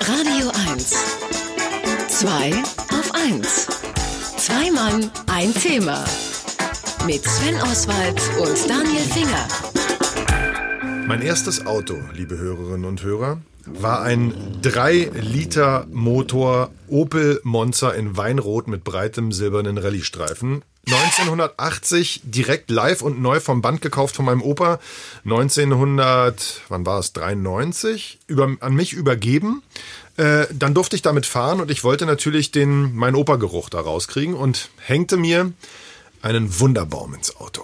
Radio 1. 2 auf 1. Zwei Mann, ein Thema. Mit Sven Oswald und Daniel Finger. Mein erstes Auto, liebe Hörerinnen und Hörer, war ein 3-Liter-Motor Opel Monza in Weinrot mit breitem silbernen Rallye-Streifen. 1980 direkt live und neu vom Band gekauft von meinem Opa. 1993 an mich übergeben. Dann durfte ich damit fahren und ich wollte natürlich meinen Opa-Geruch da rauskriegen und hängte mir einen Wunderbaum ins Auto.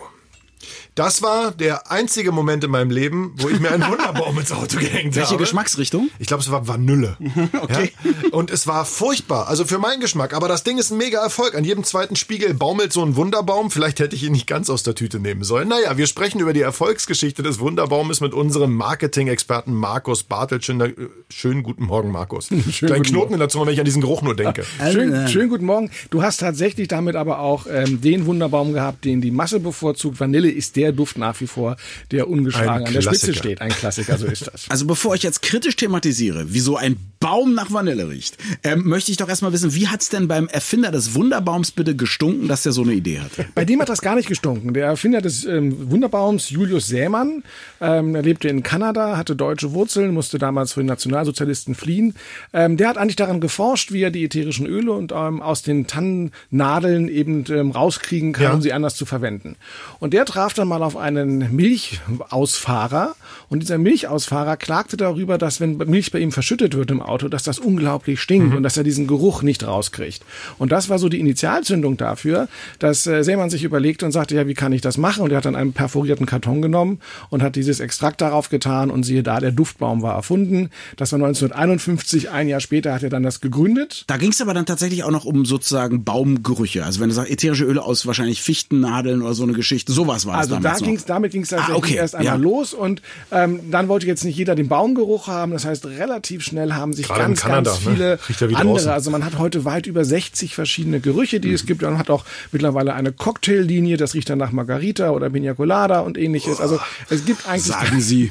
Das war der einzige Moment in meinem Leben, wo ich mir einen Wunderbaum ins Auto gehängt habe. Welche Geschmacksrichtung? Ich glaube, es war Vanille. Okay. Ja? Und es war furchtbar, also für meinen Geschmack. Aber das Ding ist ein mega Erfolg. An jedem zweiten Spiegel baumelt so ein Wunderbaum. Vielleicht hätte ich ihn nicht ganz aus der Tüte nehmen sollen. Naja, wir sprechen über die Erfolgsgeschichte des Wunderbaumes mit unserem Marketing-Experten Markus Bartelsch. Schönen guten Morgen, Markus. Kleinen Knoten in der Zunge, wenn ich an diesen Geruch nur denke. Schönen guten Morgen. Du hast tatsächlich damit aber auch den Wunderbaum gehabt, den die Masse bevorzugt. Vanille ist der Duft nach wie vor, der ungeschlagen an der Spitze steht. Ein Klassiker, so ist das. Also bevor ich jetzt kritisch thematisiere, wieso ein Baum nach Vanille riecht, möchte ich doch erstmal wissen, wie hat's denn beim Erfinder des Wunderbaums bitte gestunken, dass der so eine Idee hatte? Bei dem hat das gar nicht gestunken. Der Erfinder des Wunderbaums, Julius Sämann, er lebte in Kanada, hatte deutsche Wurzeln, musste damals für den Nationalsozialisten fliehen. Der hat eigentlich daran geforscht, wie er die ätherischen Öle und aus den Tannennadeln eben rauskriegen kann, um sie anders zu verwenden. Und der traf dann mal auf einen Milchausfahrer und dieser Milchausfahrer klagte darüber, dass wenn Milch bei ihm verschüttet wird im Auto, dass das unglaublich stinkt und dass er diesen Geruch nicht rauskriegt. Und das war so die Initialzündung dafür, dass Sämann sich überlegte und sagte, ja, wie kann ich das machen? Und er hat dann einen perforierten Karton genommen und hat dieses Extrakt darauf getan und siehe da, der Duftbaum war erfunden. Das war 1951, ein Jahr später hat er dann das gegründet. Da ging es aber dann tatsächlich auch noch um sozusagen Baumgerüche. Also wenn du sagst, ätherische Öle aus wahrscheinlich Fichtennadeln oder so eine Geschichte, sowas war das damals noch. Damit ging es tatsächlich erst einmal los und dann wollte jetzt nicht jeder den Baumgeruch haben. Das heißt, relativ schnell haben sich ganz viele andere. Also man hat heute weit über 60 verschiedene Gerüche, die es gibt. Man hat auch mittlerweile eine Cocktaillinie, das riecht dann nach Margarita oder Pina Colada und ähnliches. Also es gibt eigentlich... Sagen Sie.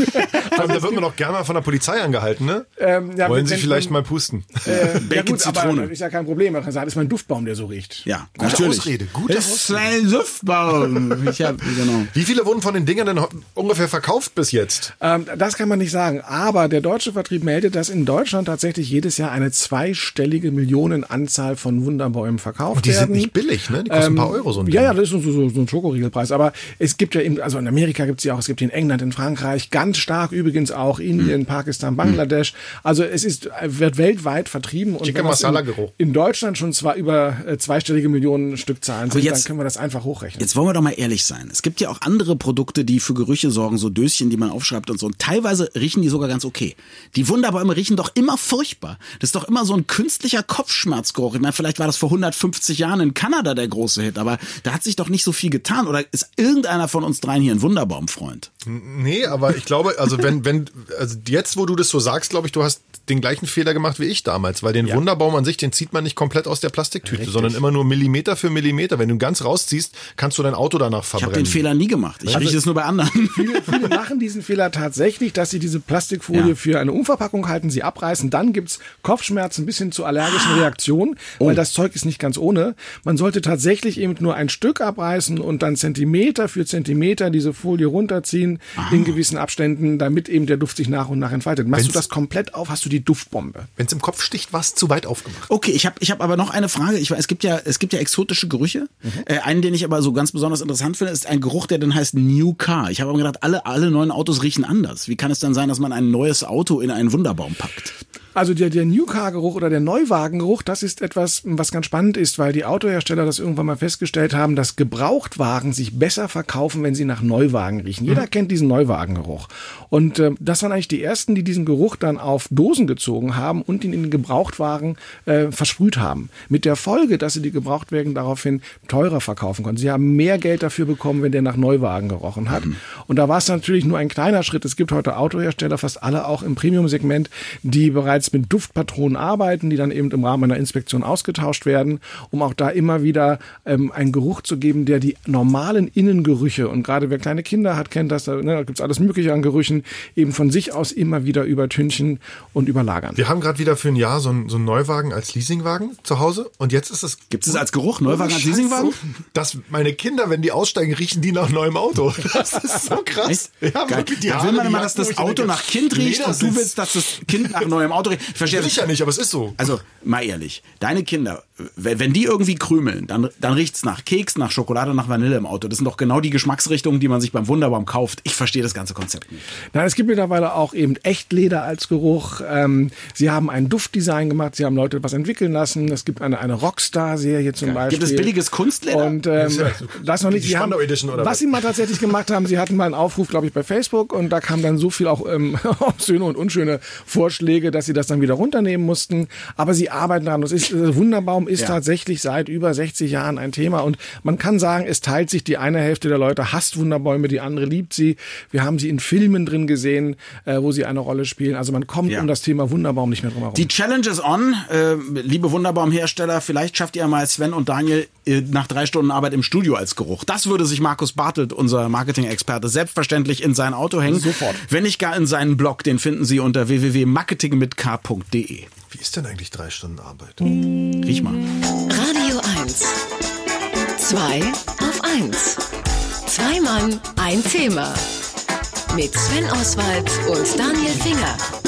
Da wird man doch gerne mal von der Polizei angehalten, ne? Wollen Sie vielleicht mal pusten? Ja gut, aber ist ja kein Problem. Man kann sagen, das ist mein Duftbaum, der so riecht. Ja, gute natürlich. Ausrede. Das ist ein Duftbaum. Genau. Wie viele wurden von den Dingern denn ungefähr verkauft bis jetzt? Das kann man nicht sagen. Aber der deutsche Vertrieb meldet, dass in Deutschland tatsächlich jedes Jahr eine zweistellige Millionenanzahl von Wunderbäumen verkauft werden. Und die sind nicht billig, ne? Die kosten ein paar Euro so ein Ding. Ja, das ist so ein Schokoriegelpreis. Aber es gibt ja also in Amerika gibt es ja auch, es gibt in England, in Frankreich, ganz stark übrigens auch Indien, Pakistan, Bangladesch. Also wird weltweit vertrieben. Und wenn das in Deutschland schon über zweistellige Millionen Stückzahlen sind, dann können wir das einfach hochrechnen. Jetzt wollen wir doch mal ehrlich sein. Es gibt ja auch andere Produkte, die für Gerüche sorgen, so Döschen, die man aufschreibt und so. Und teilweise riechen die sogar ganz okay. Die Wunderbäume riechen doch immer furchtbar. Das ist doch immer so ein künstlicher Kopfschmerzgeruch. Ich meine, vielleicht war das vor 150 Jahren in Kanada der große Hit, aber da hat sich doch nicht so viel getan. Oder ist irgendeiner von uns dreien hier ein Wunderbaumfreund? Nee, aber ich glaube, also also jetzt, wo du das so sagst, glaube ich, du hast den gleichen Fehler gemacht wie ich damals, weil den Wunderbaum an sich, den zieht man nicht komplett aus der Plastiktüte, sondern immer nur Millimeter für Millimeter. Wenn du ganz rausziehst, kannst du dein Auto danach verbrennen. Ich habe den Fehler nie gemacht. Ich rieche es nur bei anderen. Viele machen diesen Fehler tatsächlich, dass sie diese Plastikfolie für eine Umverpackung halten, sie abreißen. Dann gibt's Kopfschmerzen bis hin zu allergischen Reaktionen, weil das Zeug ist nicht ganz ohne. Man sollte tatsächlich eben nur ein Stück abreißen und dann Zentimeter für Zentimeter diese Folie runterziehen in gewissen Abständen, damit eben der Duft sich nach und nach entfaltet. Machst du das komplett auf, hast du die Duftbombe. Wenn es im Kopf sticht, war es zu weit aufgemacht. Okay, ich hab aber noch eine Frage. Es gibt ja exotische Gerüche. Einen, den ich aber so ganz besonders interessant finde, ist ein Geruch, der dann heißt New Car. Ich habe aber gedacht, alle neuen Autos riechen anders. Wie kann es dann sein, dass man ein neues Auto in einen Wunderbaum packt? Also der New Car Geruch oder der Neuwagengeruch, das ist etwas, was ganz spannend ist, weil die Autohersteller das irgendwann mal festgestellt haben, dass Gebrauchtwagen sich besser verkaufen, wenn sie nach Neuwagen riechen. Jeder kennt diesen Neuwagengeruch. Und das waren eigentlich die ersten, die diesen Geruch dann auf Dosen gezogen haben und ihn in den Gebrauchtwagen versprüht haben. Mit der Folge, dass sie die Gebrauchtwagen daraufhin teurer verkaufen konnten. Sie haben mehr Geld dafür bekommen, wenn der nach Neuwagen gerochen hat. Und da war es natürlich nur ein kleiner Schritt. Es gibt heute Autohersteller, fast alle auch im Premium-Segment, die bereits bereits mit Duftpatronen arbeiten, die dann eben im Rahmen einer Inspektion ausgetauscht werden, um auch da immer wieder einen Geruch zu geben, der die normalen Innengerüche, und gerade wer kleine Kinder hat, kennt das, da gibt's alles mögliche an Gerüchen, eben von sich aus immer wieder übertünchen und überlagern. Wir haben gerade wieder für ein Jahr so einen Neuwagen als Leasingwagen zu Hause und jetzt ist es... Gibt es als Geruch Neuwagen als Leasingwagen? So, dass meine Kinder, wenn die aussteigen, riechen die nach neuem Auto. Das ist so krass. Ja, geil. Da will man immer, dass das Auto nach Kind riecht und du willst, dass das Kind nach neuem Auto riecht. Ich verstehe das ja nicht, aber es ist so. Also, mal ehrlich, deine Kinder, wenn die irgendwie krümeln, dann riecht's nach Keks, nach Schokolade, nach Vanille im Auto. Das sind doch genau die Geschmacksrichtungen, die man sich beim Wunderbaum kauft. Ich verstehe das ganze Konzept nicht. Nein, es gibt mittlerweile auch eben Echtleder als Geruch. Sie haben ein Duftdesign gemacht, sie haben Leute was entwickeln lassen. Es gibt eine Rockstar-Serie zum Beispiel. Gibt es billiges Kunstleder? Und das noch nicht. Die Spandau Edition oder was sie mal tatsächlich gemacht haben, sie hatten mal einen Aufruf, glaube ich, bei Facebook und da kam dann so viel auch schöne und unschöne Vorschläge, dass sie das dann wieder runternehmen mussten. Aber sie arbeiten daran. Wunderbaum ist tatsächlich seit über 60 Jahren ein Thema und man kann sagen, es teilt sich. Die eine Hälfte der Leute hasst Wunderbäume, die andere liebt sie. Wir haben sie in Filmen drin gesehen, wo sie eine Rolle spielen. Also man kommt um das Thema Wunderbaum nicht mehr drum herum. Die Challenge is on. Liebe Wunderbaumhersteller, vielleicht schafft ihr mal Sven und Daniel nach 3 Stunden Arbeit im Studio als Geruch. Das würde sich Markus Bartelt, unser Marketing-Experte, selbstverständlich in sein Auto hängen. Sofort. Wenn nicht gar in seinen Blog, den finden Sie unter www.marketingmitk.de. Wie ist denn eigentlich 3 Stunden Arbeit? Riech mal. Radio 1. 2 auf 1. 2 Mann, ein Thema. Mit Sven Oswald und Daniel Finger.